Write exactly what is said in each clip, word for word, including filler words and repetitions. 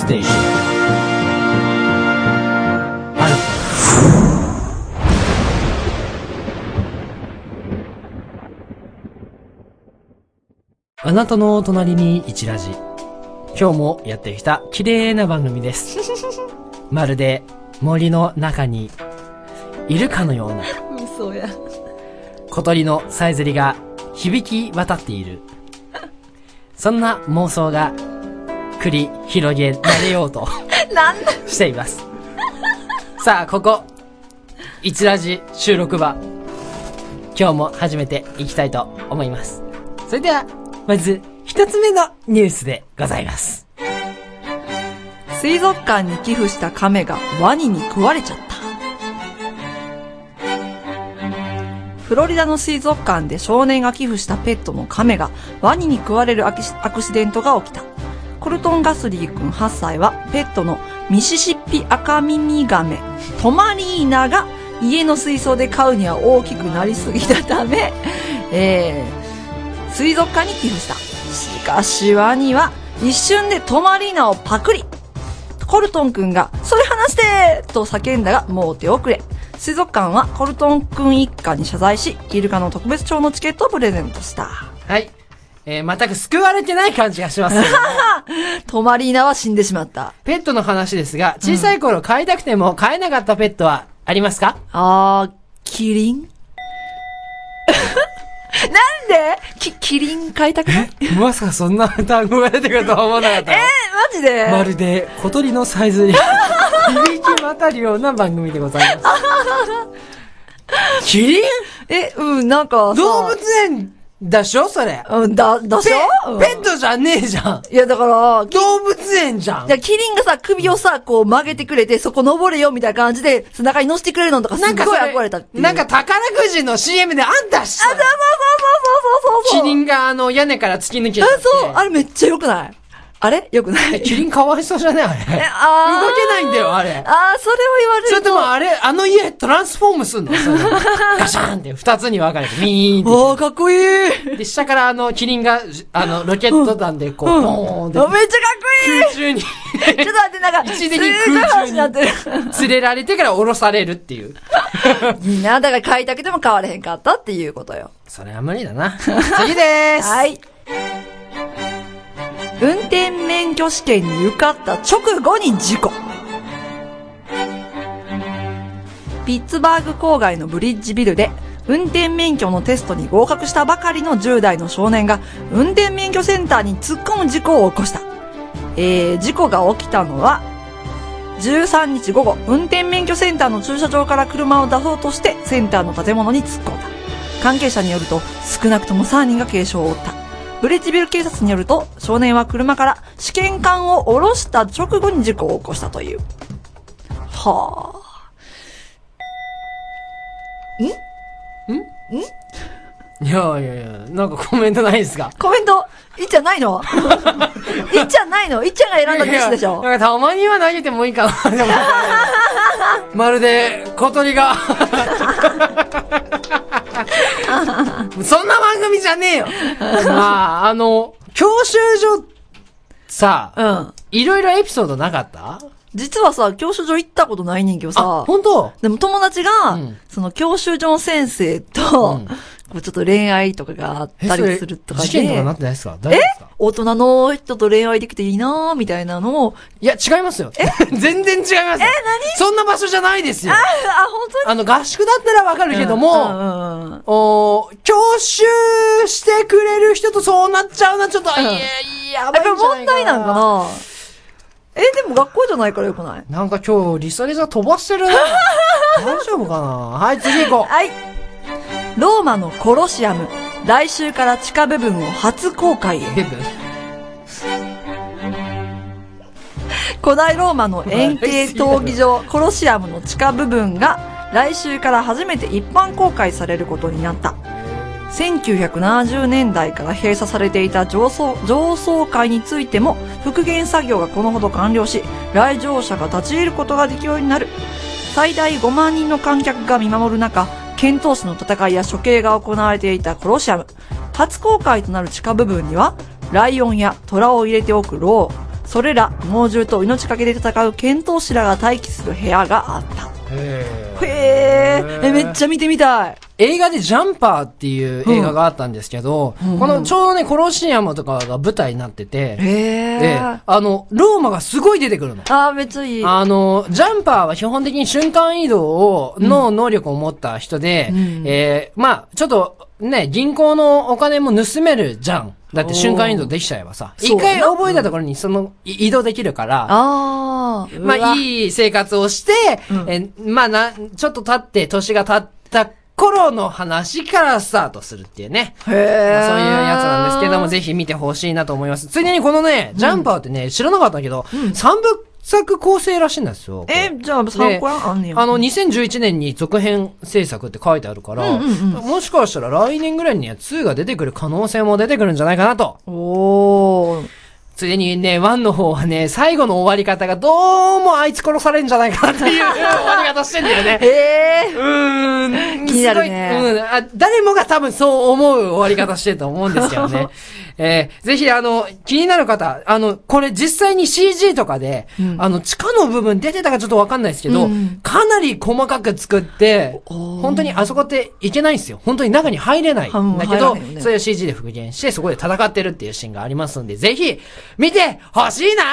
ステーションアルファ。あなたの隣に一ラジ。今日もやってきた綺麗な番組です。まるで森の中にいるかのような嘘や小鳥のさえずりが響き渡っている、そんな妄想が繰り広げられようとしています。さあ、ここ一ラジ収録場、今日も始めていきたいと思います。それではまず一つ目のニュースでございます。 水族館に寄付した亀がワニに食われちゃった。フロリダの水族館で少年が寄付したペットの亀がワニに食われるアクシデントが起きた。コルトン・ガスリー君はっさいはペットのミシシッピアカミミガメトマリーナが家の水槽で飼うには大きくなりすぎたため、えー、水族館に寄付した。しかしワニは一瞬でトマリーナをパクリ。コルトン君がそれ離してと叫んだがもう手遅れ。水族館はコルトン君一家に謝罪し、イルカの特別賞のチケットをプレゼントした。 はい。えー、全く救われてない感じがしますけど、ね、 トマリーナは死んでしまった。 ペットの話ですが、小さい頃飼いたくても飼えなかったペットはありますか？ あー、キリンなんでき、キリン飼いたくない？ まさかそんな単語が出てくるとは思わなかった。 えー、マジで？ まるで小鳥のさえずり響き渡るような番組でございます。キリン？ え、うん、なんか動物園だしょそれ。 うん、だ、だしょ、うん、 ペットじゃねえじゃん。 いや、だから、 動物園じゃん。 じゃキリンがさ、首をさ、こう曲げてくれて、そこ登れよみたいな感じで、背中に乗せてくれるのとかすっごい憧れたっていう。 なんか宝くじの シーエム であんたしさ。 あ、そうそうそうそうそうそう。 キリンがあの屋根から突き抜けて。あ、 そう、あれめっちゃ良くない？あれ良くない？ キリンかわいそうじゃねあれ。え、 あ動けないんだよ、あれ。 ああ、それを言われると。 それともあれ、あの家トランスフォームすんのガシャンって二つに分かれて、ミーンって。 おー、かっこいい。 で、下からあの、キリンが、あの、ロケット弾でこう、うん、ポーンって。 めっちゃかっこいい。 空中に。ちょっと待って、なんか、 一時に空中に連れられてから降ろされるっていう。 みんな、だから買いたくても買われへんかったっていうことよ。 それは無理だな。次でーす。 はい。運転免許試験に受かった直後に事故。ピッツバーグ郊外のブリッジビルで運転免許のテストに合格したばかりのじゅう代の少年が運転免許センターに突っ込む事故を起こした。えー、事故が起きたのはじゅうさんにち午後、運転免許センターの駐車場から車を出そうとしてセンターの建物に突っ込んだ。関係者によると少なくともさんにんが軽傷を負った。ブリッジビル警察によると、少年は車から試験管を下ろした直後に事故を起こしたという。はぁ。ん？ん？ん？ いやいやいや、なんかコメントないですか？ コメント、いっちゃんないの？いっちゃんないの？いっちゃんが選んだニュースでしょ？ いやいや、なんかたまには投げてもいいかな。まるで小鳥が。そんな番組じゃねえよ。まあ、あの、教習所、さ、うん。いろいろエピソードなかった？ 実はさ、教習所行ったことないねんけどさ。 あ、本当？ でも友達が、うん、その教習所の先生と、うんこうちょっと恋愛とかがあったりするとかで。 事件とかなってないですか？大丈夫ですか？ え大人の人と恋愛できていいなーみたいなのを。 いや、違いますよ。え全然違います。え何そんな場所じゃないですよ。 あ、あ、本当にあの、合宿だったらわかるけども、うんうんうん、お教習してくれる人とそうなっちゃうな、ちょっと、うん、いや、いや、やばいんじゃないかな。 問題なんかなえ、でも学校じゃないからよくない？ なんか今日、リサリサ飛ばしてるな。大丈夫かな？はい、次行こう。 はい。ローマのコロシアム、来週から地下部分を初公開へ。古代ローマの円形闘技場コロシアムの地下部分が来週から初めて一般公開されることになった。せんきゅうひゃくななじゅうねんだいから閉鎖されていた上層、上層階についても復元作業がこのほど完了し、来場者が立ち入ることができるようになる。最大ごまんにんの観客が見守る中、剣闘士の戦いや処刑が行われていたコロシアム。初公開となる地下部分には、ライオンや虎を入れておく牢、 それら猛獣と命かけで戦う剣闘士らが待機する部屋があった。 へー。へー。え、めっちゃ見てみたい。 映画でジャンパーっていう映画があったんですけど、うん、このちょうどね、コロシアムとかが舞台になってて、 へー。 で、あの、ローマがすごい出てくるの。 あー、めっちゃいい。 あの、ジャンパーは基本的に瞬間移動を、の能力を持った人で、うん、えー、まあちょっと、ね、銀行のお金も盗めるじゃん。だって瞬間移動できちゃえばさ。一回覚えたところにその、移動できるから、 あー。 まあいい生活をして、うん、えまあな、ちょっと経って、年が経った頃の話からスタートするっていうね。 へー。 まあ、そういうやつなんですけども、ぜひ見てほしいなと思います。ついでにこのね、ジャンパーってね、知らなかったけど、うん、三部作構成らしいんですよ。 え、じゃあさんこあんねや。 あの、にせんじゅういちねんに続編制作って書いてあるから、うんうんうん、もしかしたら来年ぐらいにはにが出てくる可能性も出てくるんじゃないかなと。 おー。 ついでにね、ワンの方はね、最後の終わり方がどうもあいつ殺されるんじゃないかなっていう終わり方してんだよね。 へー。 うーん。 気になるね。 うんあ。誰もが多分そう思う終わり方してると思うんですけどね。えー、ぜひあの、気になる方、あの、これ実際に シージー とかで、うん、あの、地下の部分出てたかちょっとわかんないですけど、うん、かなり細かく作って、本当にあそこっていけないんですよ。本当に中に入れないんだけど、ね、それを シージー で復元して、そこで戦ってるっていうシーンがありますんで、ぜひ、見てほしいな。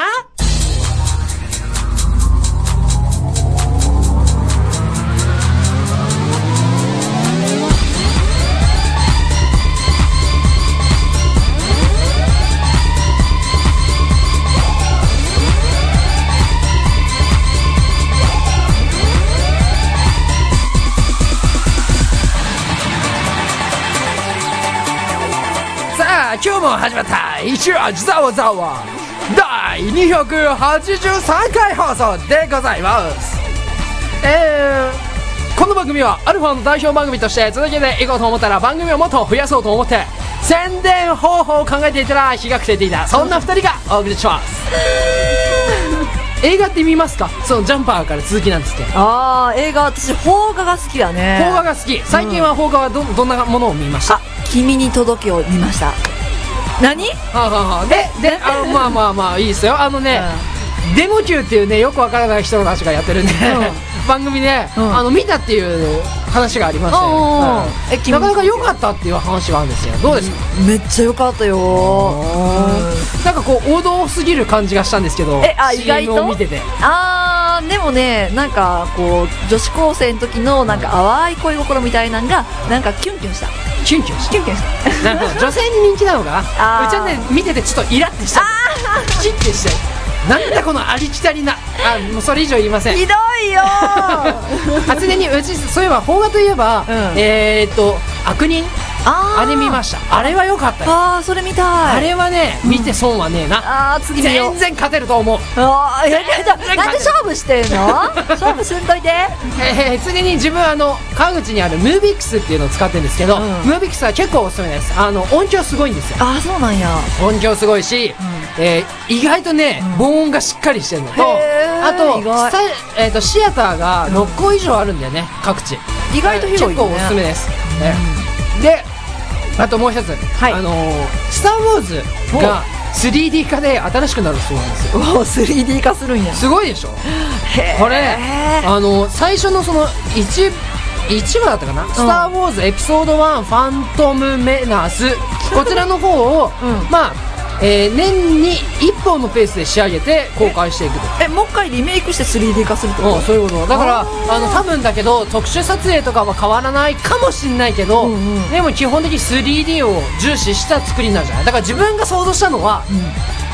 今日も始まった一話ざわざわだいにひゃくはちじゅうさんかい放送でございます。えー、この番組はアルファの代表番組として続けていこうと思ったら、番組をもっと増やそうと思って宣伝方法を考えていたら日が暮れていた、そんなふたりがお送りします映画って見ますか？そのジャンパーから続きなんですけど。 ああ、映画私邦画が好きだね。 邦画が好き。最近は邦画はど、どんなものを見ました？ あ、君に届けを見ました。何？ はあ、はあはあ、で、で、あまあまあまあいいですよ。あのね、うん、デモ級っていうね、よくわからない人たちがやってるんで、うん、番組で、うん、あの見たっていう話がありまして、うん、えなかなか良かったっていう話があるんですよ。どうですか？ めっちゃ良かったよ、 うん、なんかこう王道すぎる感じがしたんですけど、 えあ意外とシーエム を見てて、 あーでもね、なんかこう女子高生の時のなんか淡い恋心みたいなのがなんかキュンキュンした。 キュンキュンした。 キュンキュンした。 なるほど。女性に人気なのかな。うちはね見ててちょっとイラってしちゃう。キッてしちゃう。なんだこのありきたりな。あ、もうそれ以上言いません。 ひどいよー。初めにうちそういえば邦画といえば、うん、えーっと悪人。あれ見ました。あれは良かったよ。 ああ、それ見たい。 あれはね、見て損はねえな。うん、 ああ、次全然勝てると思う。 ああ、いやいや、なんで勝負してんの？勝負すんといて。 えー、常に自分あの川口にあるムービックスっていうのを使ってるんですけど、うん、ムービックスは結構おすすめです。あの音響すごいんですよ。 ああ、そうなんや。 音響すごいし、うん、えー、意外とね、うん、防音がしっかりしてるのと、あとえーとシアターがろっこ以上あるんだよね、各地。 意外と広いね。 結構おすすめです。うん、で。あともう一つ、はい、あのー、スター・ウォーズが スリーディー 化で新しくなるそうなんですよ。 お スリーディー 化するんや。 すごいでしょ。これあのー、最初のその 1, 1話だったかな、うん、スター・ウォーズエピソードワンファントム・メナスこちらの方を、うん、まあえー、年にいっぽんのペースで仕上げて公開していくと。 え、もう一回リメイクして スリーディー 化するってこと？ うん、そういうことだから、あの多分だけど特殊撮影とかは変わらないかもしれないけど、うんうん、でも基本的に スリーディー を重視した作りなんじゃない。だから自分が想像したのは、うん、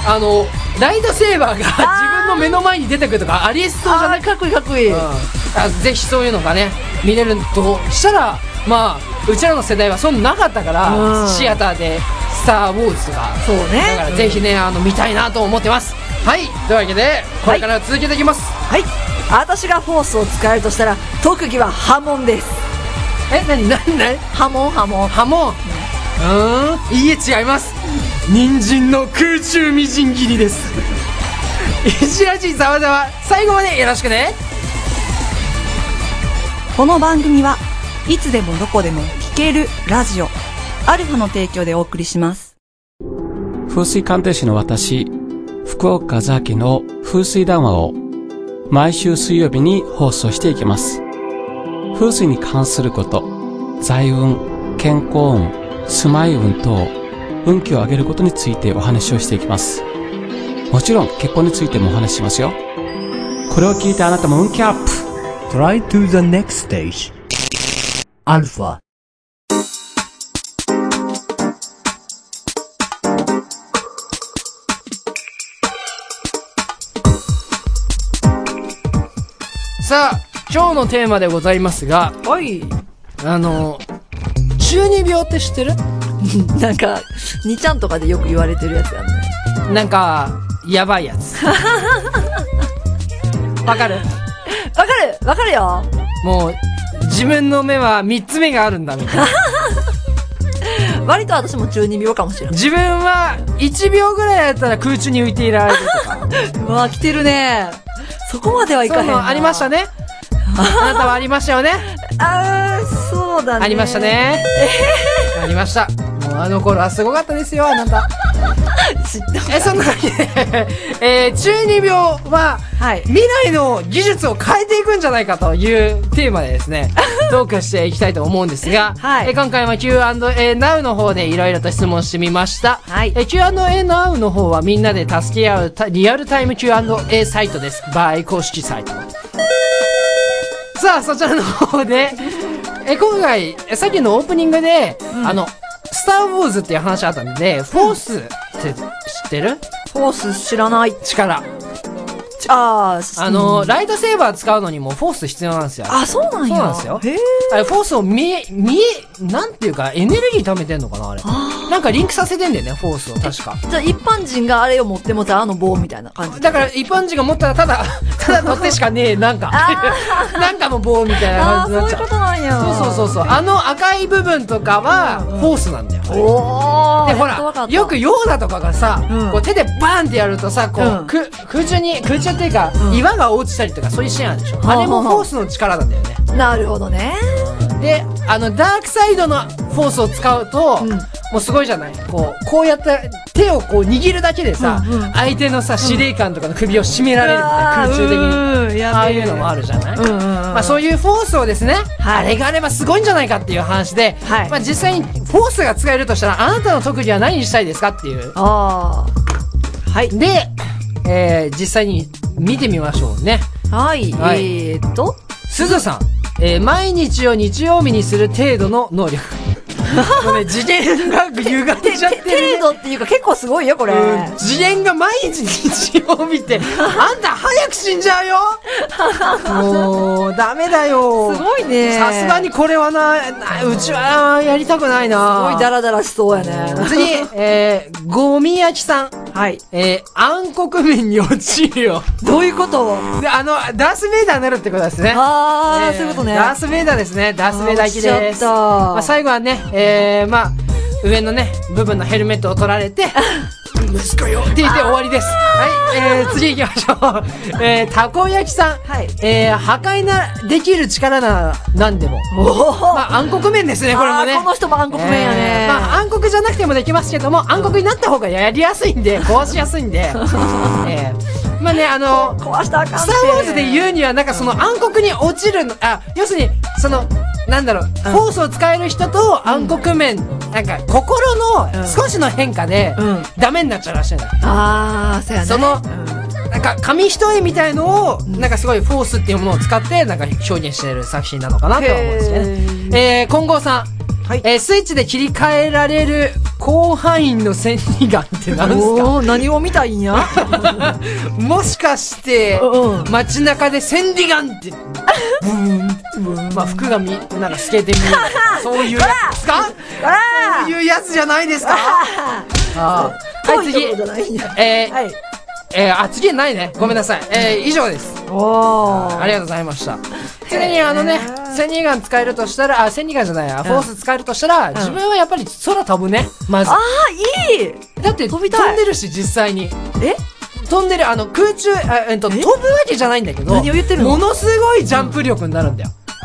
あのライトセーバーが自分の目の前に出てくるとかありえそうじゃない？ かっこいいかっこいい、うん、 あぜひそういうのがね見れるとしたら、まあうちらの世代はそんななかったから、うん、シアターでスター・ウォーズとか、 そうね、 だからぜひね、うん、あの見たいなと思ってます。はい、というわけでこれから続けていきます。 はい、はい、私がフォースを使えるとしたら特技は波紋です。 え、なになになに？ 波紋波紋波紋。うーん、いいえ違います。人参の空中みじん切りです。石ラジざわざわ、最後までよろしくね。 この番組はいつでもどこでも聞けるラジオアルファの提供でお送りします。 風水鑑定士の私、 福岡ザキの風水談話を毎週水曜日に放送していきます。風水に関すること、財運、健康運、住まい運等、運気を上げることについてお話をしていきます。もちろん結婚についてもお話ししますよ。これを聞いてあなたも運気アップ。 Try to the next stage. アルファ。 さあ、今日のテーマでございますが、 はい。 あの、中二病って知ってる？ なんか、にちゃんとかでよく言われてるやつやんね。 なんか、やばいやつ。わかる？ わかるわかるよ。 もう、自分の目は三つ目があるんだみたいな。 割と私も中二病かもしれない。 自分はいちびょうぐらいやったら空中に浮いていられるとか。 うわ、来てるね。そこまではいかへんな。 そうありましたね。あなたはありましたよね。 あー、そうだね。 ありましたね。えー、ありました。もうあの頃はすごかったですよ、あなた。 知ってます。 え、そんなわけで、えー、中二病は、はい、未来の技術を変えていくんじゃないかというテーマでですね、トークしていきたいと思うんですが、はい、え今回は キューアンドエー ナウ の方でいろいろと質問してみました。はい、え キューアンドエー ナウ の方はみんなで助け合うリアルタイム キューアンドエー サイトです。バイ公式サイト。さあ、そちらの方で、え今回、さっきのオープニングで、うん、あの、スターウォーズっていう話あったんで、フォースって知ってる？ フォース知らない。 力。 ああ、あの、うん、ライトセーバー使うのにもフォース必要なんですよ。 あ、そうなんや。 そうなんですよ。へー。あれ、フォースを見え、見え、なんていうか、エネルギー貯めてんのかなあれ。なんかリンクさせてんだよね、フォースを、確か。 じゃあ一般人があれを持ってもたあの棒みたいな感じ。 だから一般人が持ったらただ、ただ乗ってしかねえ、なんか。なんかの棒みたいな感じになっちゃう。 あ、そういうことなんや。 そうそうそうそう。あの赤い部分とかは、フォースなんだよ。 おー。 で、ほら、よくヨーダとかがさ、うん、こう手でバーンってやるとさ、こう、うん、く空中に、空中っていうか、うん、岩が落ちたりとかそういうシーンあるでしょ。あれもフォースの力なんだよね。 なるほどね。 で、あの、ダークサイドのフォースを使うと、うん、もうすごいじゃない？こう、こうやって手をこう握るだけでさ、うんうん、相手のさ、司令官とかの首を絞められるみたいな、空中的に。ああいうのもあるじゃない？うんうんうん、まあそういうフォースをですね、はい、あれがあればすごいんじゃないかっていう話で、はい、まあ実際にフォースが使えるとしたら、あなたの特技は何にしたいですかっていう。ああ。はい。で、えー、実際に見てみましょうね。 はい。はい、えーっと、 すずさん。えー、毎日を日曜日にする程度の能力。これ、次元が歪んじゃってる、 ね。程度っていうか結構すごいよ、これ。 うん、次元が毎日日曜日って、あんた早く死んじゃうよもう、ダメだよ。 すごいね。 さすがにこれはな、うちはやりたくないな。 すごいダラダラしそうやね。 次、えー、ゴミ焼きさん。はい。えー、暗黒面に落ちるよ。 どういうこと？ で、あの、ダースベイダーになるってことですね。 あー、えー、そういうことね。 ダースベイダーですね。ダースベイダー行きです。まあ、最後はね、えー、まあ、上のね、部分のヘルメットを取られて、息子よって言って終わりです。はい、えー、次行きましょう。えー、たこ焼きさん。はい。えー、破壊な、できる力な、なんでも。まあ、暗黒面ですね、これもね。 この人も暗黒面やね。 えー、まあ、暗黒じゃなくてもできますけども、暗黒になった方がやりやすいんで、壊しやすいんで。えー、まあね、あの、 壊したらあかん。 スターウォーズで言うには、なんかその暗黒に落ちるの、あ、要するに、その、なんだろう、うん、フォースを使える人と暗黒面、うん、なんか心の少しの変化で、うん、ダメになっちゃうらしいんだよ。ああ、そうやね。 その、うん、なんか紙一重みたいのを、うん、なんかすごいフォースっていうものを使って、なんか表現している作品なのかなとは思うんですけどね。えー、金剛さん。はい。えー、スイッチで切り替えられる広範囲の千里眼って何ですか？ 何を見たいんやもしかして、うん、街中で千里眼って、ブーン、まあ服がみ、なんか透けて見える。そういうやつですか？そういうやつじゃないですか？ああ。はい、次。えー、はい。えー、あ、次ないね。ごめんなさい。えー、以上です。おー。ありがとうございました。次にあのね、千里眼使えるとしたら、あ、千里眼じゃないや、フォース使えるとしたら、うん、自分はやっぱり空飛ぶね。まず。 ああ、いい！ だって飛びたい。飛んでるし、実際に。え？飛んでる、あの、空中、あえっと、飛ぶわけじゃないんだけど、 何を言ってるの？ ものすごいジャンプ力になるんだよ。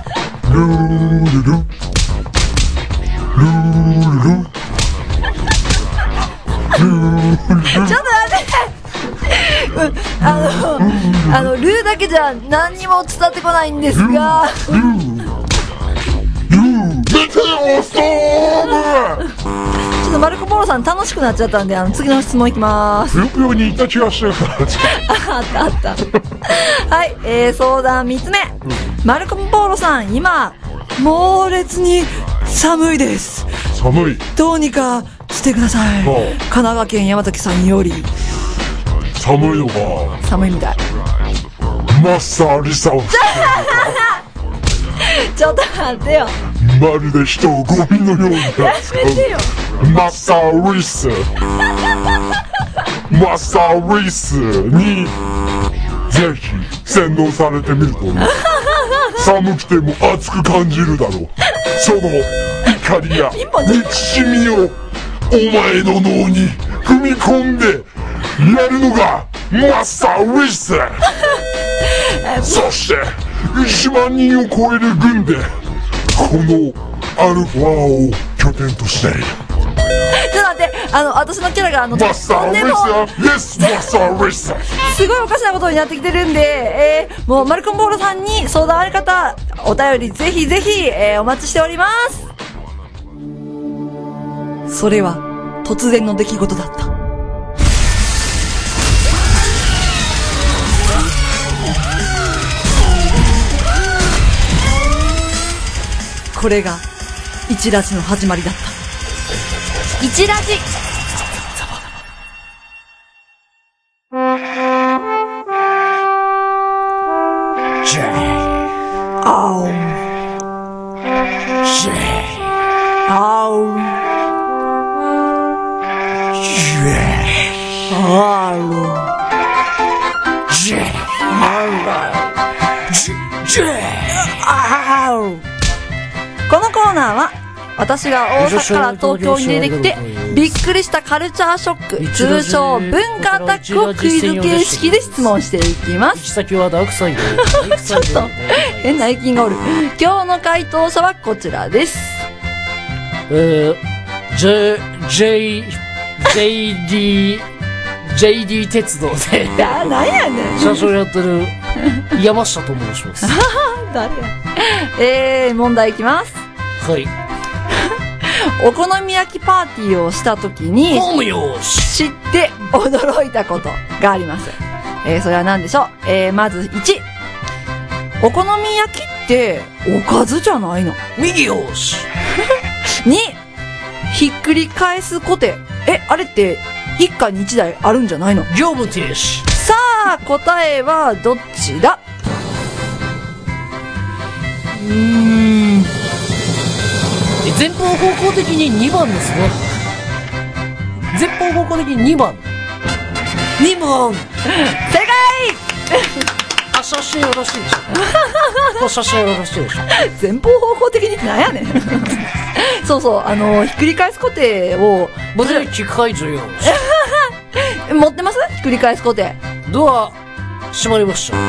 ルールルルールルちょっと待ってあの、あの、ルーだけじゃ何にも伝わってこないんですが。 ルー、ルー、メテオストーム。 ちょっとマルコ・ポーロさん楽しくなっちゃったんで、あの、次の質問いきまーす。 ぷよぷよにいた気がしてるから。 あったあった。はい、えー、相談みっつめ。マルコ・ポーロさん、今、猛烈に寒いです。 寒い。 どうにかしてください。神奈川県山崎さんにより。 寒いのか。 寒いみたい。 マスターリサをちょっと待ってよ。 まるで人をゴミのように扱う。 やめてよ。 マスターリスマスターリスにぜひ洗脳されてみるとね、寒くても熱く感じるだろう。その怒りや憎しみをお前の脳に踏み込んでやるのがマスターリスそしていちまんにんを超える軍でこのアルファを拠点としている。 ちょっと待って、あの、私のキャラがあの、 マスターリスYes、マスターリスすごいおかしなことになってきてるんで、えー、もうマルコンボールさんに相談ある方、お便りぜひぜひ、えー、お待ちしております。それは、突然の出来事だった。これが、一ラジの始まりだった。一ラジ青青このコーナーは私が大阪から東京に出てきてびっくりしたカルチャーショック、通称文化アタックをクイズ形式で質問していきます。 行き先はダークサイドちょっと変な駅員がおる。今日の回答者はこちらです。 えー、J、J、ジェイディー、ジェイディー 鉄道でな、なんやねん車掌やってる山下と申します誰やえー、問題いきます。 はい。 お好み焼きパーティーをしたときに知って驚いたことがあります。えー、それは何でしょう。えー、まずいち、お好み焼きっておかずじゃないの。 右よしに、ひっくり返すコテ。え、あれって一家に一台あるんじゃないの。 業務停止。 さあ、答えはどっちだ。 うーん、前方方向的ににばんですね。前方方向的ににばん。にばん。 正解あ、写真よろしいでしょこれ写真よろしいでしょ前方方向的になんやねんそうそう、あの、ひっくり返すコテを、 ブレーキ解除よし。持ってます？ひっくり返すコテ。 ドア、閉まりました。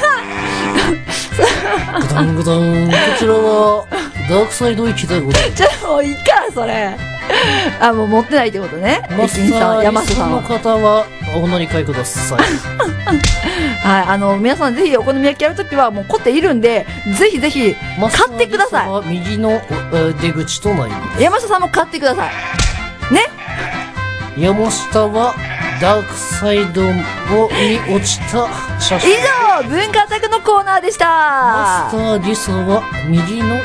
グダングダン。こちらは、ダークサイド行きたいこと。 ちょっともういいから、それ。あ、もう持ってないってことね。 マスター、山下さんの方は、お乗り換えください。 はい、あの、皆さんぜひお好み焼きやるときは、もうコテいるんで、ぜひぜひ、買ってください。 は右の出口となります。 山下さんも買ってください。ね。 山下は、ダークサイドに落ちた写真。 以上、文化アタックのコーナーでした。 マスターリサは右の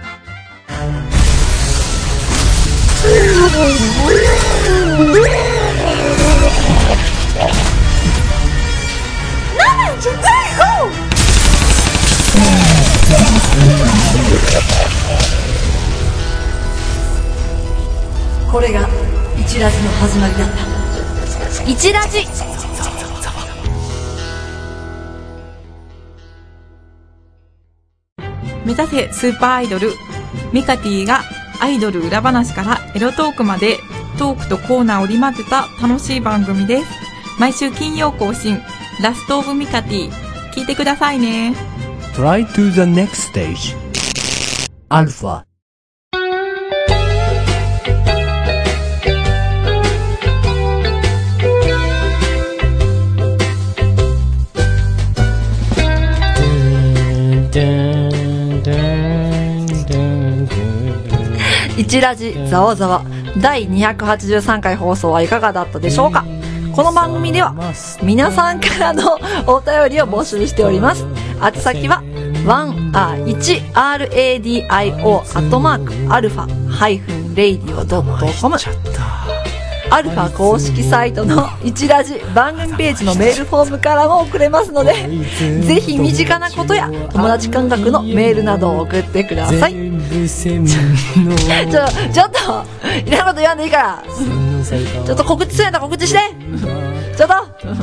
これが一ラジの始まりだった。一ラジ。 目指せスーパーアイドルミカティがアイドル裏話からエロトークまでトークとコーナーを織り交ぜた楽しい番組です。毎週金曜更新、ラストオブミカティ、聞いてくださいね。 Try to the next stage. Alpha。 一ラジざわざわだいにひゃくはちじゅうさんかい放送はいかがだったでしょうか。この番組では皆さんからのお便りを募集しております。宛先はいちラディオアットマークアルファハイフンレイディオドットコム。 アルファ公式サイトの一ラジ番組ページのメールフォームからも送れますので、ぜひ身近なことや友達感覚のメールなどを送ってください。ちょ、ちょっと、いらんこと言わんでいいから。ちょっと告知するんやったら告知して。ちょっと。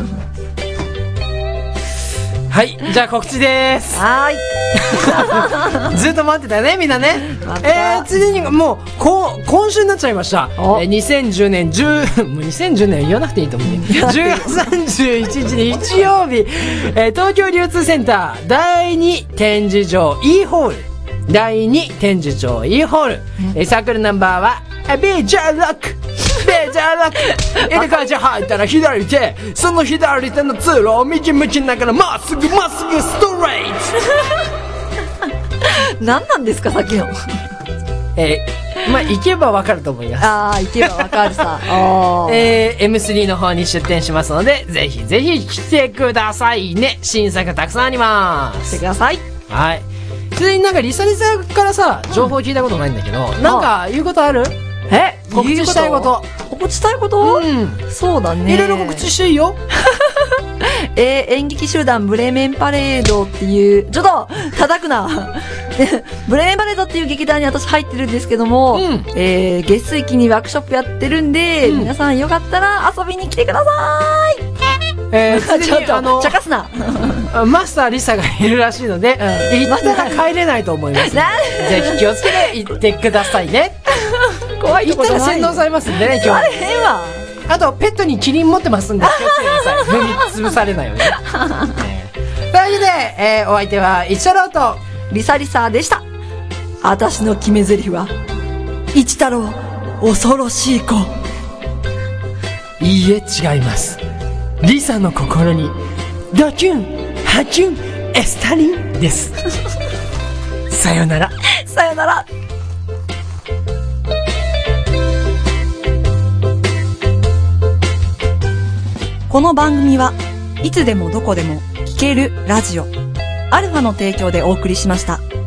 はい、じゃあ告知でーす。 はーい。 ずっと待ってたよね、みんなね。えー、ついに、もう、こう、今週になっちゃいました。えー、にせんじゅうねん、10、もうにせんじゅうねん言わなくていいと思うね。じゅうがつさんじゅういちにち日曜日、えー、東京流通センターだいに展示場 E ホール。だいに展示場 E ホール。えー、サークルナンバーは、ビジャーロックビジャーロック入り口入ったら左手、その左手の通路を右向きながらまっすぐまっすぐストレート何なんですかさっきのえー、まあ行けばわかると思います。 ああ、行けばわかるさえー、エムスリー の方に出店しますので、ぜひぜひ来てくださいね。新作たくさんあります。 来てください。 はい。それになんかリサリサからさ情報聞いたことないんだけど、うん、なんか言うことある？ え告知したいこと。 告知したいこと？ うん。 そうだね。 いろいろ告知していいよ。 えー、演劇集団ブレメンパレードっていう、ちょっと叩くな。ブレメンパレードっていう劇団に私入ってるんですけども、うん、えー、月水期にワークショップやってるんで、うん、皆さんよかったら遊びに来てください。 えー、ちょっとあの、茶化すな。 マスターリサがいるらしいので、うん、行ったら帰れないと思います。ぜひ気をつけて行ってくださいね。 怖いとこじゃない。 行ったら洗脳されますんでね、今日。 あれへんわ。 あと、ペットにキリン持ってますんで、気をつけてください。踏み潰されないように。えー、というわけで、えー、お相手は、一太郎と、 リサリサでした。私の決め台詞は、一太郎、恐ろしい子。 いいえ、違います。リサの心に、ドキュン、ハキュン、エスタリンです。さよなら。 さよなら。この番組はいつでもどこでも聴けるラジオアルファの提供でお送りしました。